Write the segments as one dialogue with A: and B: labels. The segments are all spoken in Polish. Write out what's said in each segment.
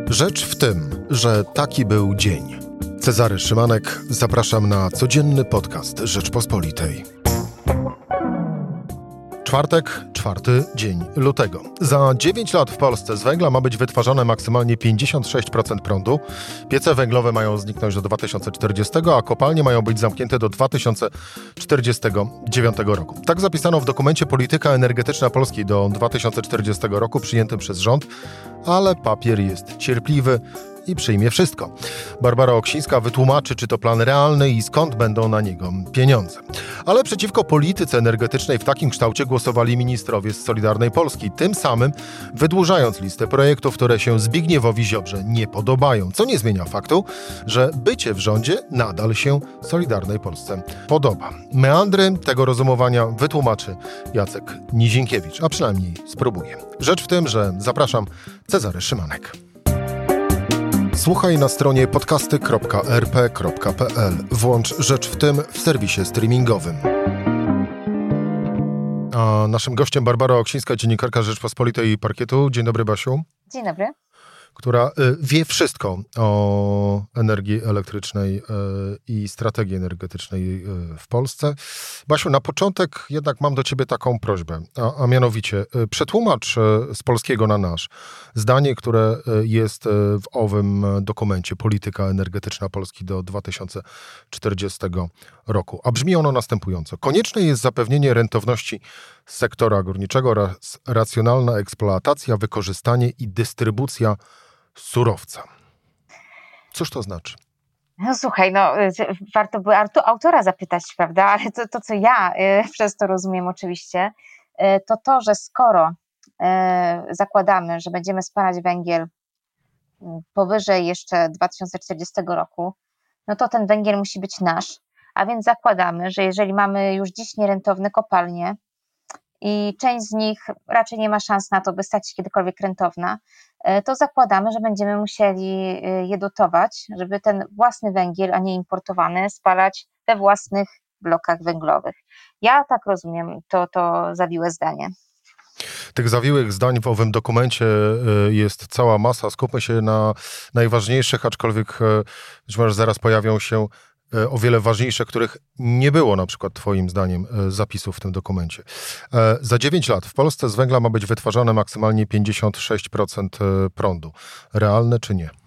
A: Rzecz w tym, że taki był dzień. Cezary Szymanek, zapraszam na codzienny podcast Rzeczpospolitej. Czwartek, 4 dzień lutego. Za 9 lat w Polsce z węgla ma być wytwarzane maksymalnie 56% prądu. Piece węglowe mają zniknąć do 2040, a kopalnie mają być zamknięte do 2049 roku. Tak zapisano w dokumencie Polityka energetyczna Polski do 2040 roku przyjętym przez rząd, ale papier jest cierpliwy i przyjmie wszystko. Barbara Oksińska wytłumaczy, czy to plan realny i skąd będą na niego pieniądze. Ale przeciwko polityce energetycznej w takim kształcie głosowali ministrowie z Solidarnej Polski, tym samym wydłużając listę projektów, które się Zbigniewowi Ziobrze nie podobają, co nie zmienia faktu, że bycie w rządzie nadal się Solidarnej Polsce podoba. Meandry tego rozumowania wytłumaczy Jacek Nizinkiewicz, a przynajmniej spróbuje. Rzecz w tym, że zapraszam, Cezary Szymanek. Słuchaj na stronie podcasty.rp.pl. Włącz Rzecz w tym w serwisie streamingowym. A naszym gościem Barbara Oksińska, dziennikarka Rzeczpospolitej i Parkietu. Dzień dobry, Basiu.
B: Dzień dobry.
A: Która wie wszystko o energii elektrycznej i strategii energetycznej w Polsce. Basiu, na początek jednak mam do ciebie taką prośbę, a mianowicie przetłumacz z polskiego na nasz zdanie, które jest w owym dokumencie Polityka energetyczna Polski do 2040 roku. A brzmi ono następująco. Konieczne jest zapewnienie rentowności sektora górniczego oraz racjonalna eksploatacja, wykorzystanie i dystrybucja surowca. Cóż to znaczy?
B: No słuchaj, warto by autora zapytać, prawda? Ale to co ja przez to rozumiem oczywiście, to, że skoro zakładamy, że będziemy spalać węgiel powyżej jeszcze 2040 roku, no to ten węgiel musi być nasz, a więc zakładamy, że jeżeli mamy już dziś nierentowne kopalnie i część z nich raczej nie ma szans na to, by stać się kiedykolwiek rentowna, to zakładamy, że będziemy musieli je dotować, żeby ten własny węgiel, a nie importowany, spalać we własnych blokach węglowych. Ja tak rozumiem to zawiłe zdanie.
A: Tych zawiłych zdań w owym dokumencie jest cała masa. Skupmy się na najważniejszych, aczkolwiek być może zaraz pojawią się o wiele ważniejsze, których nie było na przykład twoim zdaniem zapisów w tym dokumencie. Za 9 lat w Polsce z węgla ma być wytwarzane maksymalnie 56% prądu. Realne czy nie?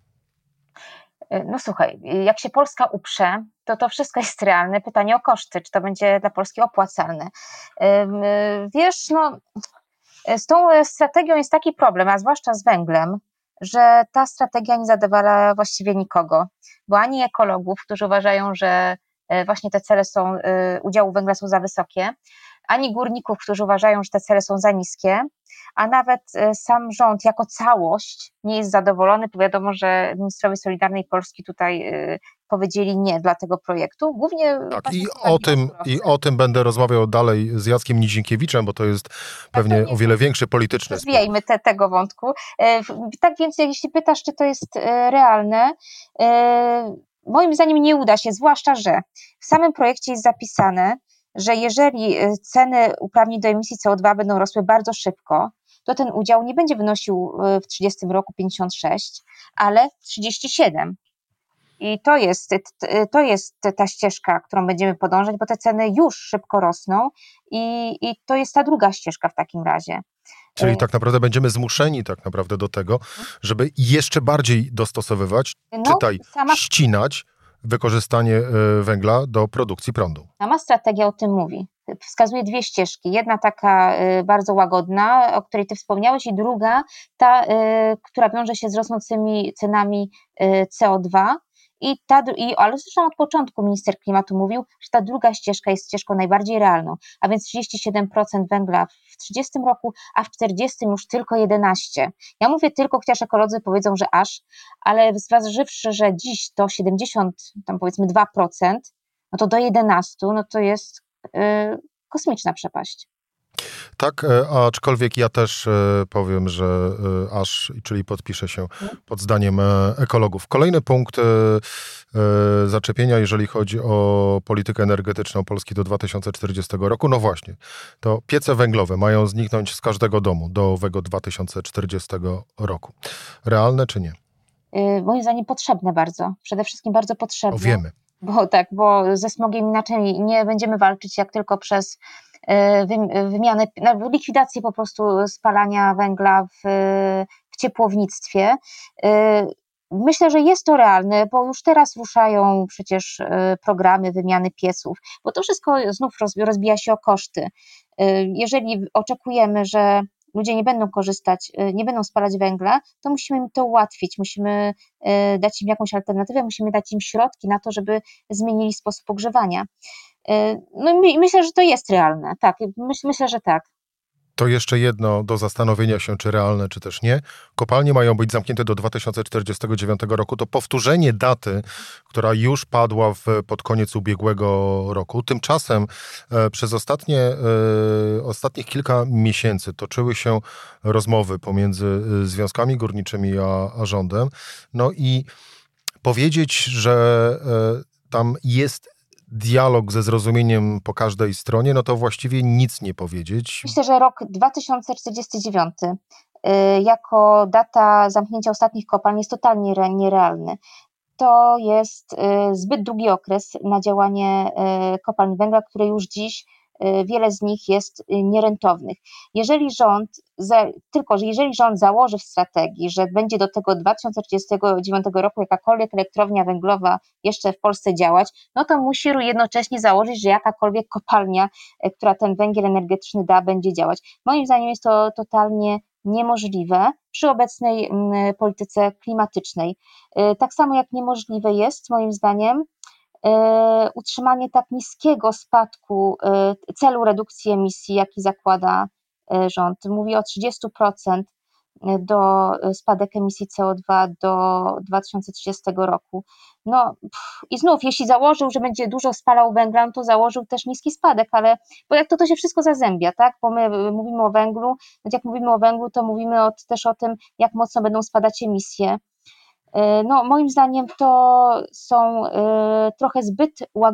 B: No słuchaj, jak się Polska uprze, to wszystko jest realne. Pytanie o koszty, czy to będzie dla Polski opłacalne. Wiesz, z tą strategią jest taki problem, a zwłaszcza z węglem, że ta strategia nie zadowala właściwie nikogo, bo ani ekologów, którzy uważają, że właśnie te cele udziału węgla są za wysokie, ani górników, którzy uważają, że te cele są za niskie, a nawet sam rząd jako całość nie jest zadowolony. Wiadomo, że ministrowie Solidarnej Polski tutaj powiedzieli nie dla tego projektu. Głównie
A: tak, o tym będę rozmawiał dalej z Jackiem Nizinkiewiczem, bo to jest pewnie o wiele większy polityczny spór.
B: Rozwijajmy tego wątku. Tak więc jeśli pytasz, czy to jest realne, moim zdaniem nie uda się, zwłaszcza, że w samym projekcie jest zapisane, że jeżeli ceny uprawnień do emisji CO2 będą rosły bardzo szybko, to ten udział nie będzie wynosił w 30 roku 56, ale 37. I to jest ta ścieżka, którą będziemy podążać, bo te ceny już szybko rosną i to jest ta druga ścieżka w takim razie.
A: Czyli tak naprawdę będziemy zmuszeni tak naprawdę do tego, żeby jeszcze bardziej dostosowywać, ścinać wykorzystanie węgla do produkcji prądu.
B: Sama strategia o tym mówi. Wskazuje dwie ścieżki. Jedna taka bardzo łagodna, o której ty wspomniałeś, i druga ta, która wiąże się z rosnącymi cenami CO2. Ale zresztą od początku minister klimatu mówił, że ta druga ścieżka jest ścieżką najbardziej realną, a więc 37% węgla w 30 roku, a w 40 już tylko 11%. Ja mówię tylko, chociaż ekolodzy powiedzą, że aż, ale zważywszy, że dziś to 70, tam powiedzmy 2%, no to do 11%, no to jest kosmiczna przepaść.
A: Tak, aczkolwiek ja też powiem, że czyli podpiszę się pod zdaniem ekologów. Kolejny punkt zaczepienia, jeżeli chodzi o politykę energetyczną Polski do 2040 roku. No właśnie, to piece węglowe mają zniknąć z każdego domu do owego 2040 roku. Realne czy nie?
B: Moim zdaniem potrzebne bardzo. Przede wszystkim bardzo potrzebne.
A: Wiemy.
B: Bo ze smogiem inaczej nie będziemy walczyć jak tylko przez wymianę, likwidację po prostu spalania węgla w ciepłownictwie. Myślę, że jest to realne, bo już teraz ruszają przecież programy wymiany pieców, bo to wszystko znów rozbija się o koszty. Jeżeli oczekujemy, że ludzie nie będą korzystać, nie będą spalać węgla, to musimy im to ułatwić, musimy dać im jakąś alternatywę, musimy dać im środki na to, żeby zmienili sposób ogrzewania. No i myślę, że to jest realne, tak, myślę, że tak.
A: To jeszcze jedno do zastanowienia się, czy realne, czy też nie. Kopalnie mają być zamknięte do 2049 roku. To powtórzenie daty, która już padła pod koniec ubiegłego roku. Tymczasem przez ostatnich kilka miesięcy toczyły się rozmowy pomiędzy związkami górniczymi a rządem. No i powiedzieć, że tam jest dialog ze zrozumieniem po każdej stronie, no to właściwie nic nie powiedzieć.
B: Myślę, że rok 2049 jako data zamknięcia ostatnich kopalń jest totalnie nierealny. To jest zbyt długi okres na działanie kopalń węgla, które już dziś wiele z nich jest nierentownych. Jeżeli rząd założy w strategii, że będzie do tego 2039 roku jakakolwiek elektrownia węglowa jeszcze w Polsce działać, no to musi jednocześnie założyć, że jakakolwiek kopalnia, która ten węgiel energetyczny da, będzie działać. Moim zdaniem jest to totalnie niemożliwe przy obecnej polityce klimatycznej. Tak samo jak niemożliwe jest, moim zdaniem, utrzymanie tak niskiego spadku celu redukcji emisji, jaki zakłada rząd. Mówi o 30% do spadek emisji CO2 do 2030 roku. I znów, jeśli założył, że będzie dużo spalał węgla, no to założył też niski spadek, ale bo jak to się wszystko zazębia, tak? Bo my mówimy o węglu, jak mówimy o węglu, to mówimy też o tym, jak mocno będą spadać emisje. Moim zdaniem to są trochę zbyt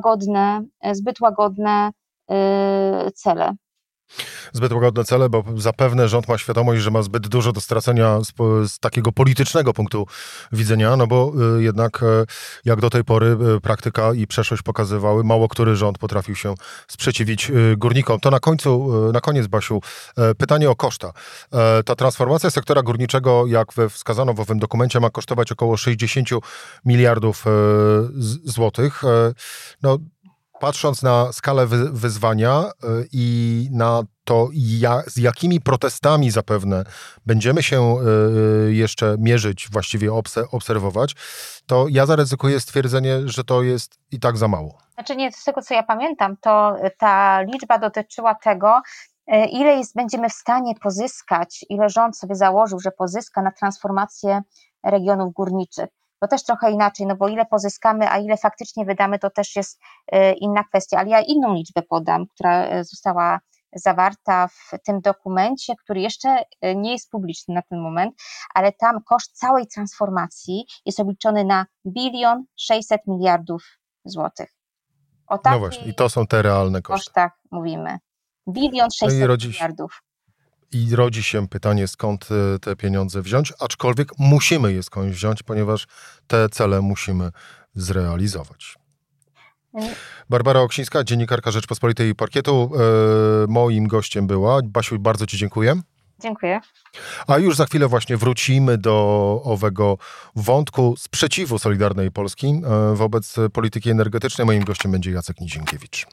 B: łagodne cele.
A: Zbyt łagodne cele, bo zapewne rząd ma świadomość, że ma zbyt dużo do stracenia z takiego politycznego punktu widzenia, no bo jednak jak do tej pory praktyka i przeszłość pokazywały, mało który rząd potrafił się sprzeciwić górnikom. To na koniec, Basiu, pytanie o koszta. Ta transformacja sektora górniczego, jak wskazano w owym dokumencie, ma kosztować około 60 miliardów złotych. Patrząc na skalę wyzwania i na to, z jakimi protestami zapewne będziemy się jeszcze mierzyć, właściwie obserwować, to ja zaryzykuję stwierdzenie, że to jest i tak za mało.
B: Znaczy nie, z tego co ja pamiętam, to ta liczba dotyczyła tego, ile będziemy w stanie pozyskać, ile rząd sobie założył, że pozyska na transformację regionów górniczych. To też trochę inaczej, no bo ile pozyskamy, a ile faktycznie wydamy, to też jest inna kwestia, ale ja inną liczbę podam, która została zawarta w tym dokumencie, który jeszcze nie jest publiczny na ten moment, ale tam koszt całej transformacji jest obliczony na 1 600 miliardów złotych. O
A: no właśnie, i to są te realne koszty.
B: Kosztach mówimy. 1 600 miliardów.
A: I rodzi się pytanie, skąd te pieniądze wziąć, aczkolwiek musimy je skądś wziąć, ponieważ te cele musimy zrealizować. Barbara Oksińska, dziennikarka Rzeczpospolitej i Parkietu, moim gościem była. Basiu, bardzo Ci dziękuję.
B: Dziękuję.
A: A już za chwilę właśnie wrócimy do owego wątku sprzeciwu Solidarnej Polski wobec polityki energetycznej. Moim gościem będzie Jacek Nizinkiewicz.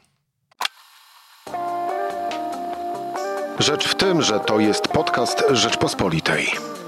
A: Rzecz w tym, że to jest podcast Rzeczpospolitej.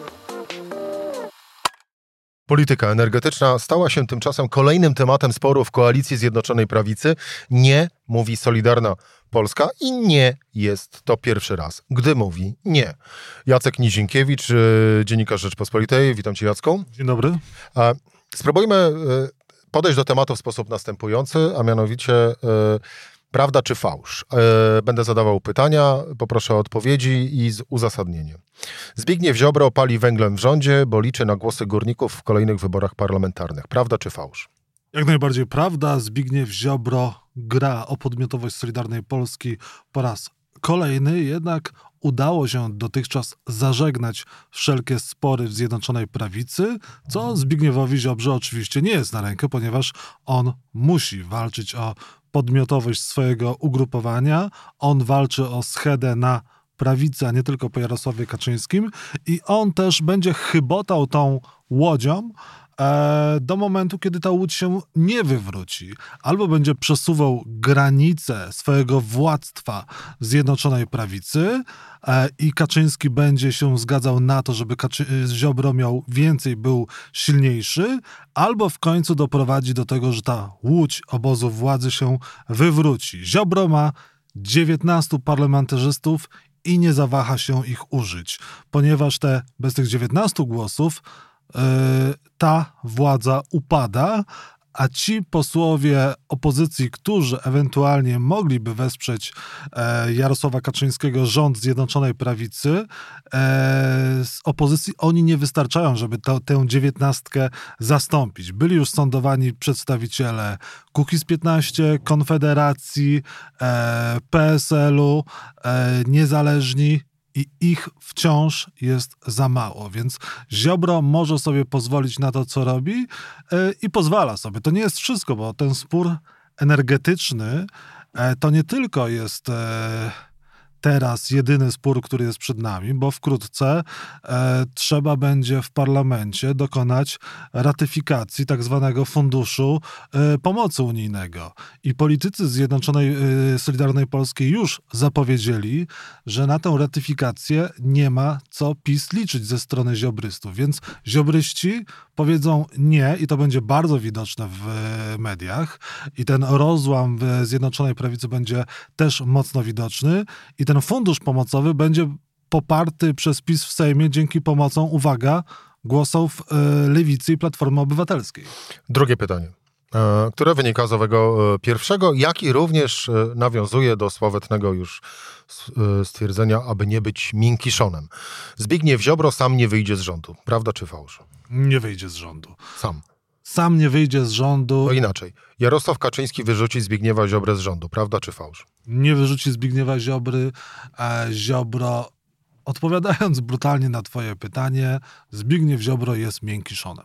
A: Polityka energetyczna stała się tymczasem kolejnym tematem sporu w koalicji Zjednoczonej Prawicy. Nie mówi Solidarna Polska i nie jest to pierwszy raz, gdy mówi nie. Jacek Nizinkiewicz, dziennikarz Rzeczpospolitej. Witam Cię, Jacku.
C: Dzień dobry.
A: Spróbujmy podejść do tematu w sposób następujący, a mianowicie Prawda czy fałsz? Będę zadawał pytania, poproszę o odpowiedzi i z uzasadnieniem. Zbigniew Ziobro pali węglem w rządzie, bo liczy na głosy górników w kolejnych wyborach parlamentarnych. Prawda czy fałsz?
C: Jak najbardziej prawda. Zbigniew Ziobro gra o podmiotowość Solidarnej Polski po raz kolejny, jednak udało się dotychczas zażegnać wszelkie spory w Zjednoczonej Prawicy, co Zbigniewowi Ziobrze oczywiście nie jest na rękę, ponieważ on musi walczyć o podmiotowość swojego ugrupowania. On walczy o schedę na prawicę, a nie tylko po Jarosławie Kaczyńskim i on też będzie chybotał tą łodzią do momentu, kiedy ta łódź się nie wywróci. Albo będzie przesuwał granice swojego władztwa w Zjednoczonej Prawicy i Kaczyński będzie się zgadzał na to, żeby Ziobro miał więcej, był silniejszy, albo w końcu doprowadzi do tego, że ta łódź obozu władzy się wywróci. Ziobro ma 19 parlamentarzystów i nie zawaha się ich użyć, ponieważ bez tych 19 głosów ta władza upada, a ci posłowie opozycji, którzy ewentualnie mogliby wesprzeć Jarosława Kaczyńskiego, rząd Zjednoczonej Prawicy, z opozycji, oni nie wystarczają, żeby tę 19 zastąpić. Byli już sądowani przedstawiciele Kukiz15, Konfederacji, PSL-u, niezależni, i ich wciąż jest za mało, więc Ziobro może sobie pozwolić na to, co robi i pozwala sobie. To nie jest wszystko, bo ten spór energetyczny to nie tylko jest teraz jedyny spór, który jest przed nami, bo wkrótce trzeba będzie w parlamencie dokonać ratyfikacji tak zwanego Funduszu Pomocy Unijnego. I politycy Zjednoczonej Solidarnej Polskiej już zapowiedzieli, że na tę ratyfikację nie ma co PiS liczyć ze strony ziobrystów. Więc ziobryści powiedzą nie i to będzie bardzo widoczne w mediach i ten rozłam w Zjednoczonej Prawicy będzie też mocno widoczny i ten fundusz pomocowy będzie poparty przez PiS w Sejmie dzięki pomocą, uwaga, głosów Lewicy i Platformy Obywatelskiej.
A: Drugie pytanie, które wynika z owego pierwszego, jak i również nawiązuje do sławetnego już stwierdzenia, aby nie być miękiszonem. Zbigniew Ziobro sam nie wyjdzie z rządu. Prawda czy fałsz?
C: Nie wyjdzie z rządu.
A: Sam
C: nie wyjdzie z rządu.
A: To inaczej. Jarosław Kaczyński wyrzuci Zbigniewa Ziobrę z rządu. Prawda czy fałsz?
C: Nie wyrzuci Zbigniewa Ziobry. Ziobro, odpowiadając brutalnie na twoje pytanie, Zbigniew Ziobro jest miękiszonem.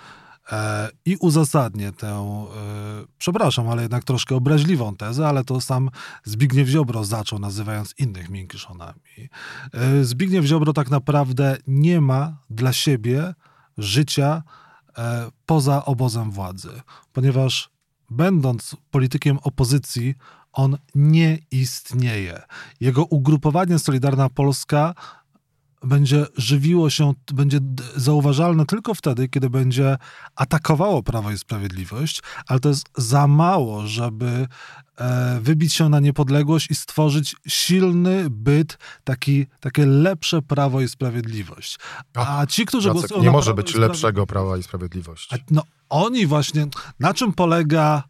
C: I uzasadnię tę, przepraszam, ale jednak troszkę obraźliwą tezę, ale to sam Zbigniew Ziobro zaczął, nazywając innych miękiszonami. Zbigniew Ziobro tak naprawdę nie ma dla siebie życia poza obozem władzy, ponieważ będąc politykiem opozycji, on nie istnieje. Jego ugrupowanie Solidarna Polska będzie żywiło się, będzie zauważalne tylko wtedy, kiedy będzie atakowało Prawo i Sprawiedliwość, ale to jest za mało, żeby wybić się na niepodległość i stworzyć silny byt, takie lepsze Prawo i Sprawiedliwość. A ci, którzy
A: Jacek,
C: głosują
A: nie
C: na
A: może być lepszego Prawa i Sprawiedliwości.
C: No oni właśnie, na czym polega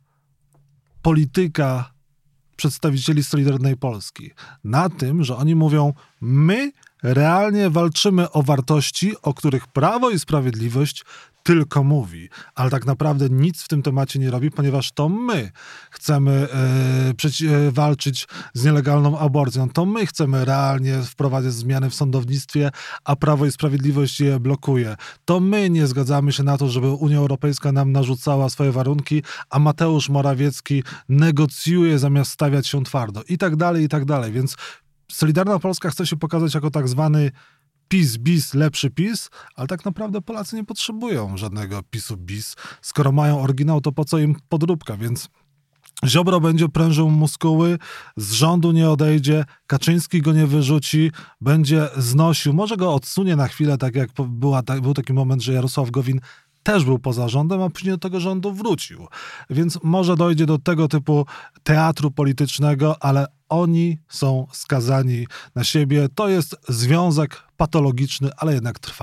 C: polityka przedstawicieli Solidarnej Polski? Na tym, że oni mówią, my realnie walczymy o wartości, o których Prawo i Sprawiedliwość tylko mówi, ale tak naprawdę nic w tym temacie nie robi, ponieważ to my chcemy walczyć z nielegalną aborcją, to my chcemy realnie wprowadzać zmiany w sądownictwie, a Prawo i Sprawiedliwość je blokuje. To my nie zgadzamy się na to, żeby Unia Europejska nam narzucała swoje warunki, a Mateusz Morawiecki negocjuje zamiast stawiać się twardo i tak dalej, i tak dalej. Więc Solidarna Polska chce się pokazać jako tak zwany PiS bis, lepszy PiS, ale tak naprawdę Polacy nie potrzebują żadnego PiSu bis. Skoro mają oryginał, to po co im podróbka? Więc Ziobro będzie prężył muskuły, z rządu nie odejdzie, Kaczyński go nie wyrzuci, będzie znosił, może go odsunie na chwilę, tak jak był taki moment, że Jarosław Gowin też był poza rządem, a później do tego rządu wrócił. Więc może dojdzie do tego typu teatru politycznego, ale oni są skazani na siebie. To jest związek patologiczny, ale jednak trwały.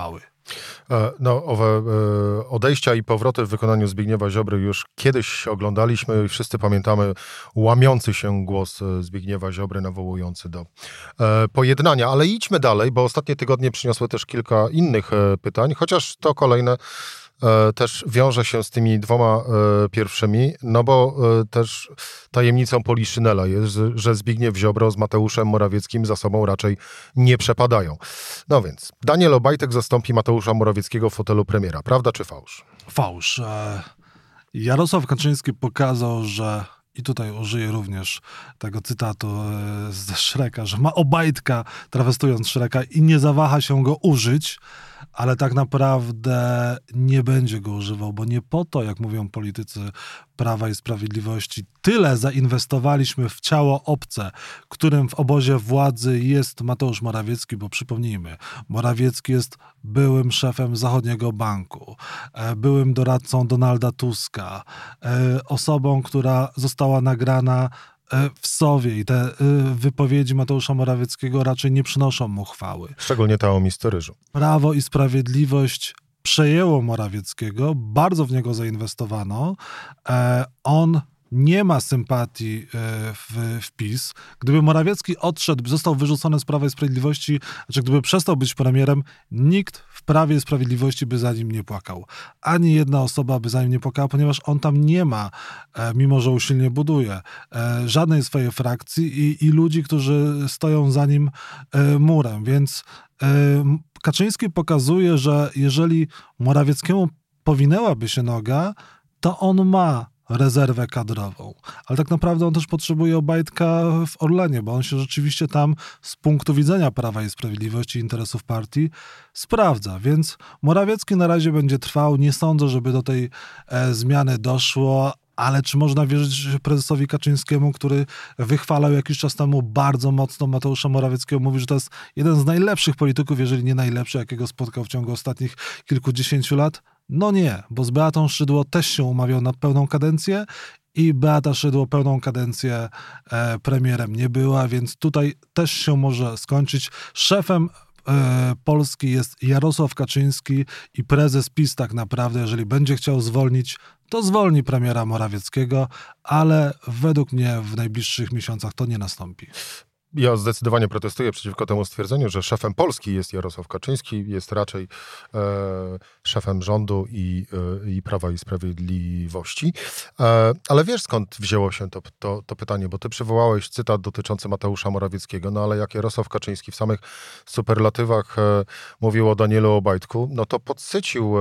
A: No, owe odejścia i powroty w wykonaniu Zbigniewa Ziobry już kiedyś oglądaliśmy i wszyscy pamiętamy łamiący się głos Zbigniewa Ziobry nawołujący do pojednania. Ale idźmy dalej, bo ostatnie tygodnie przyniosły też kilka innych pytań, chociaż to kolejne też wiąże się z tymi dwoma pierwszymi, no bo też tajemnicą Poliszynela jest, że Zbigniew Ziobro z Mateuszem Morawieckim za sobą raczej nie przepadają. No więc, Daniel Obajtek zastąpi Mateusza Morawieckiego w fotelu premiera. Prawda czy fałsz?
C: Fałsz. Jarosław Kaczyński pokazał, że i tutaj użyję również tego cytatu ze Shreka, że ma Obajtka, trawestując Shreka, i nie zawaha się go użyć, ale tak naprawdę nie będzie go używał, bo nie po to, jak mówią politycy Prawa i Sprawiedliwości, tyle zainwestowaliśmy w ciało obce, którym w obozie władzy jest Mateusz Morawiecki, bo przypomnijmy, Morawiecki jest byłym szefem Zachodniego Banku, byłym doradcą Donalda Tuska, osobą, która została nagrana w Sowie i te wypowiedzi Mateusza Morawieckiego raczej nie przynoszą mu chwały.
A: Szczególnie ta o misty ryżu. Prawo
C: i Sprawiedliwość przejęło Morawieckiego, bardzo w niego zainwestowano. On nie ma sympatii w PiS. Gdyby Morawiecki odszedł, został wyrzucony z Prawa i Sprawiedliwości, znaczy gdyby przestał być premierem, nikt w Prawie i Sprawiedliwości by za nim nie płakał. Ani jedna osoba by za nim nie płakała, ponieważ on tam nie ma, mimo że usilnie buduje, żadnej swojej frakcji i ludzi, którzy stoją za nim murem. Więc Kaczyński pokazuje, że jeżeli Morawieckiemu powinęłaby się noga, to on ma rezerwę kadrową. Ale tak naprawdę on też potrzebuje Obajtka w Orlenie, bo on się rzeczywiście tam z punktu widzenia Prawa i Sprawiedliwości i interesów partii sprawdza. Więc Morawiecki na razie będzie trwał. Nie sądzę, żeby do tej zmiany doszło. Ale czy można wierzyć prezesowi Kaczyńskiemu, który wychwalał jakiś czas temu bardzo mocno Mateusza Morawieckiego, mówi, że to jest jeden z najlepszych polityków, jeżeli nie najlepszy, jakiego spotkał w ciągu ostatnich kilkudziesięciu lat? No nie, bo z Beatą Szydło też się umawiał na pełną kadencję i Beata Szydło pełną kadencję premierem nie była, więc tutaj też się może skończyć. Szefem Polski jest Jarosław Kaczyński i prezes PiS tak naprawdę, jeżeli będzie chciał zwolnić, to zwolni premiera Morawieckiego, ale według mnie w najbliższych miesiącach to nie nastąpi.
A: Ja zdecydowanie protestuję przeciwko temu stwierdzeniu, że szefem Polski jest Jarosław Kaczyński, jest raczej szefem rządu i Prawa i Sprawiedliwości. Ale wiesz, skąd wzięło się to pytanie, bo ty przywołałeś cytat dotyczący Mateusza Morawieckiego, no ale jak Jarosław Kaczyński w samych superlatywach mówił o Danielu Obajtku, no to podsycił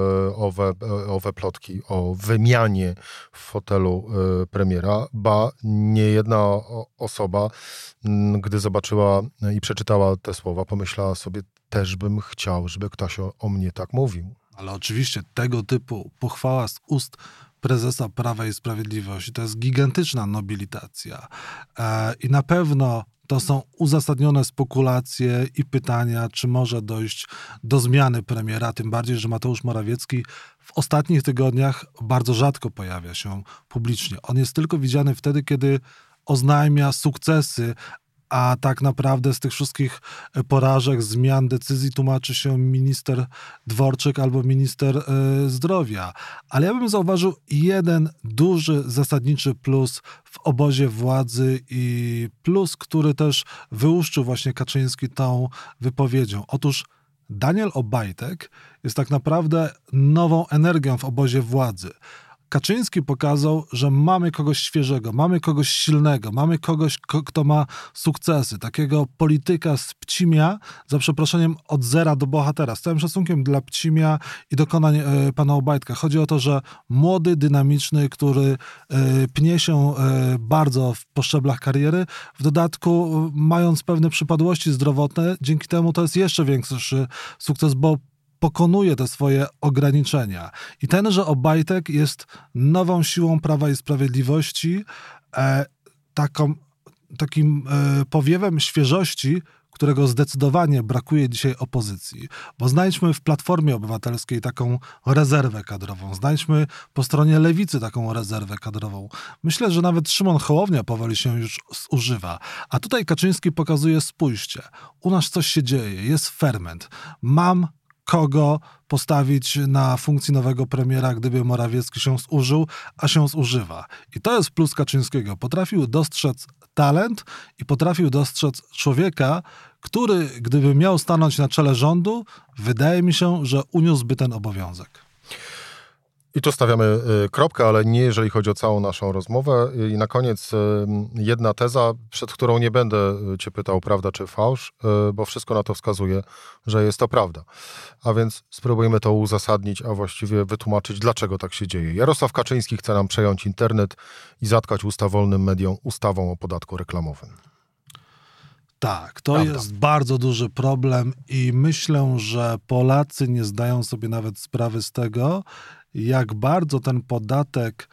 A: owe plotki o wymianie w fotelu premiera, ba niejedna osoba, gdy zobaczyła i przeczytała te słowa, pomyślała sobie, też bym chciał, żeby ktoś o mnie tak mówił.
C: Ale oczywiście tego typu pochwała z ust prezesa Prawa i Sprawiedliwości to jest gigantyczna nobilitacja. I na pewno to są uzasadnione spekulacje i pytania, czy może dojść do zmiany premiera, tym bardziej, że Mateusz Morawiecki w ostatnich tygodniach bardzo rzadko pojawia się publicznie. On jest tylko widziany wtedy, kiedy oznajmia sukcesy, a tak naprawdę z tych wszystkich porażek, zmian, decyzji tłumaczy się minister Dworczyk albo minister zdrowia. Ale ja bym zauważył jeden duży, zasadniczy plus w obozie władzy i plus, który też wyłuszczył właśnie Kaczyński tą wypowiedzią. Otóż Daniel Obajtek jest tak naprawdę nową energią w obozie władzy. Kaczyński pokazał, że mamy kogoś świeżego, mamy kogoś silnego, mamy kogoś, kto ma sukcesy, takiego polityka z Pcimia, za przeproszeniem od zera do bohatera. Z całym szacunkiem dla Pcimia i dokonań pana Obajtka. Chodzi o to, że młody, dynamiczny, który pnie się bardzo po szczeblach kariery, w dodatku mając pewne przypadłości zdrowotne, dzięki temu to jest jeszcze większy sukces, bo pokonuje te swoje ograniczenia. I tenże Obajtek jest nową siłą Prawa i Sprawiedliwości, takim powiewem świeżości, którego zdecydowanie brakuje dzisiaj opozycji. Bo znajdźmy w Platformie Obywatelskiej taką rezerwę kadrową. Znajdźmy po stronie Lewicy taką rezerwę kadrową. Myślę, że nawet Szymon Hołownia powoli się już zużywa. A tutaj Kaczyński pokazuje, spójrzcie, u nas coś się dzieje, jest ferment. Mam kogo postawić na funkcji nowego premiera, gdyby Morawiecki się zużył, a się zużywa. I to jest plus Kaczyńskiego. Potrafił dostrzec talent i potrafił dostrzec człowieka, który, gdyby miał stanąć na czele rządu, wydaje mi się, że uniósłby ten obowiązek.
A: I tu stawiamy kropkę, ale nie jeżeli chodzi o całą naszą rozmowę. I na koniec jedna teza, przed którą nie będę cię pytał, prawda czy fałsz, bo wszystko na to wskazuje, że jest to prawda. A więc spróbujmy to uzasadnić, a właściwie wytłumaczyć, dlaczego tak się dzieje. Jarosław Kaczyński chce nam przejąć internet i zatkać usta wolnym mediom ustawą o podatku reklamowym.
C: Tak, to
A: Prawda.
C: jest bardzo duży problem i myślę, że Polacy nie zdają sobie nawet sprawy z tego, jak bardzo ten podatek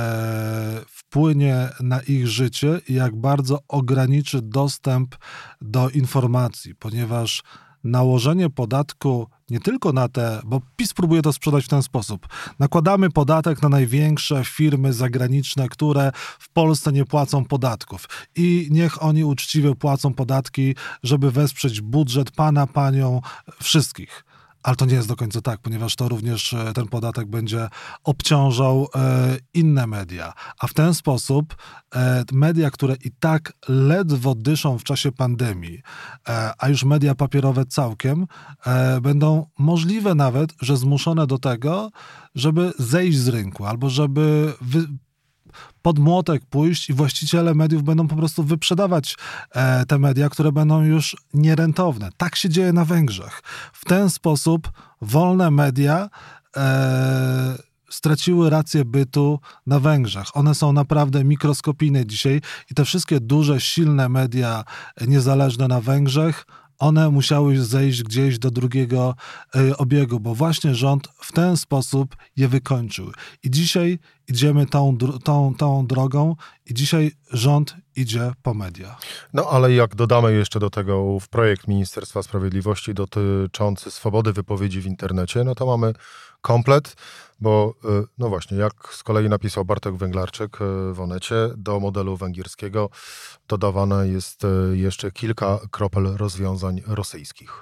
C: wpłynie na ich życie i jak bardzo ograniczy dostęp do informacji, ponieważ nałożenie podatku nie tylko na te, bo PiS próbuje to sprzedać w ten sposób. Nakładamy podatek na największe firmy zagraniczne, które w Polsce nie płacą podatków. I niech oni uczciwie płacą podatki, żeby wesprzeć budżet pana, panią, wszystkich. Ale to nie jest do końca tak, ponieważ to również ten podatek będzie obciążał inne media. A w ten sposób media, które i tak ledwo dyszą w czasie pandemii, a już media papierowe całkiem, będą możliwe nawet, że zmuszone do tego, żeby zejść z rynku albo żeby pod młotek pójść i właściciele mediów będą po prostu wyprzedawać te media, które będą już nierentowne. Tak się dzieje na Węgrzech. W ten sposób wolne media straciły rację bytu na Węgrzech. One są naprawdę mikroskopijne dzisiaj i te wszystkie duże, silne media niezależne na Węgrzech, one musiały zejść gdzieś do drugiego obiegu, bo właśnie rząd w ten sposób je wykończył. I dzisiaj idziemy tą drogą i dzisiaj rząd idzie po media.
A: No ale jak dodamy jeszcze do tego projekt Ministerstwa Sprawiedliwości dotyczący swobody wypowiedzi w internecie, no to mamy komplet, bo no właśnie, jak z kolei napisał Bartek Węglarczyk w Onecie, do modelu węgierskiego dodawane jest jeszcze kilka kropel rozwiązań rosyjskich.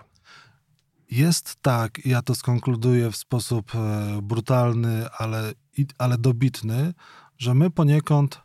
C: Jest tak, ja to skonkluduję w sposób brutalny, ale dobitny, że my poniekąd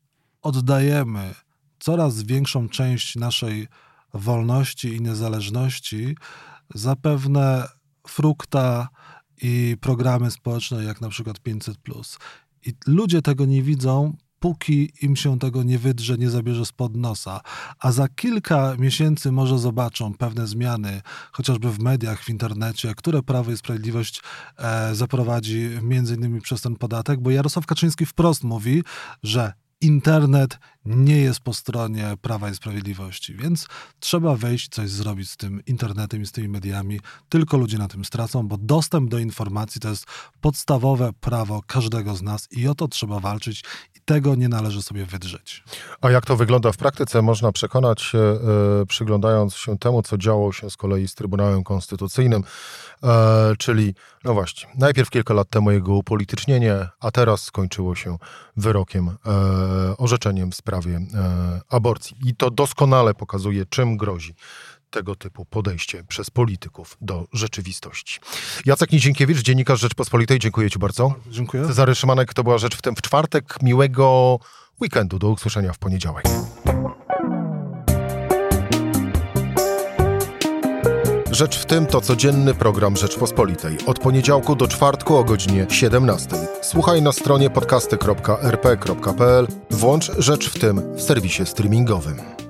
C: oddajemy coraz większą część naszej wolności i niezależności za pewne frukta i programy społeczne, jak na przykład 500+. I ludzie tego nie widzą, póki im się tego nie wydrze, nie zabierze spod nosa. A za kilka miesięcy może zobaczą pewne zmiany, chociażby w mediach, w internecie, które Prawo i Sprawiedliwość zaprowadzi między innymi przez ten podatek, bo Jarosław Kaczyński wprost mówi, że internet nie jest po stronie Prawa i Sprawiedliwości, więc trzeba wejść, coś zrobić z tym internetem i z tymi mediami. Tylko ludzie na tym stracą, bo dostęp do informacji to jest podstawowe prawo każdego z nas i o to trzeba walczyć i tego nie należy sobie wydrzeć.
A: A jak to wygląda w praktyce, można przekonać się, przyglądając się temu, co działo się z kolei z Trybunałem Konstytucyjnym, czyli, no właśnie, najpierw kilka lat temu jego upolitycznienie, a teraz skończyło się wyrokiem, orzeczeniem w sprawie aborcji. I to doskonale pokazuje, czym grozi tego typu podejście przez polityków do rzeczywistości. Jacek Nizienkiewicz, dziennikarz Rzeczpospolitej, dziękuję ci bardzo.
C: Dziękuję.
A: Cezary Szymanek, to była Rzecz w tym w czwartek. Miłego weekendu, do usłyszenia w poniedziałek. Rzecz w tym to codzienny program Rzeczpospolitej. Od poniedziałku do czwartku o godzinie 17. Słuchaj na stronie podcasty.rp.pl. Włącz Rzecz w tym w serwisie streamingowym.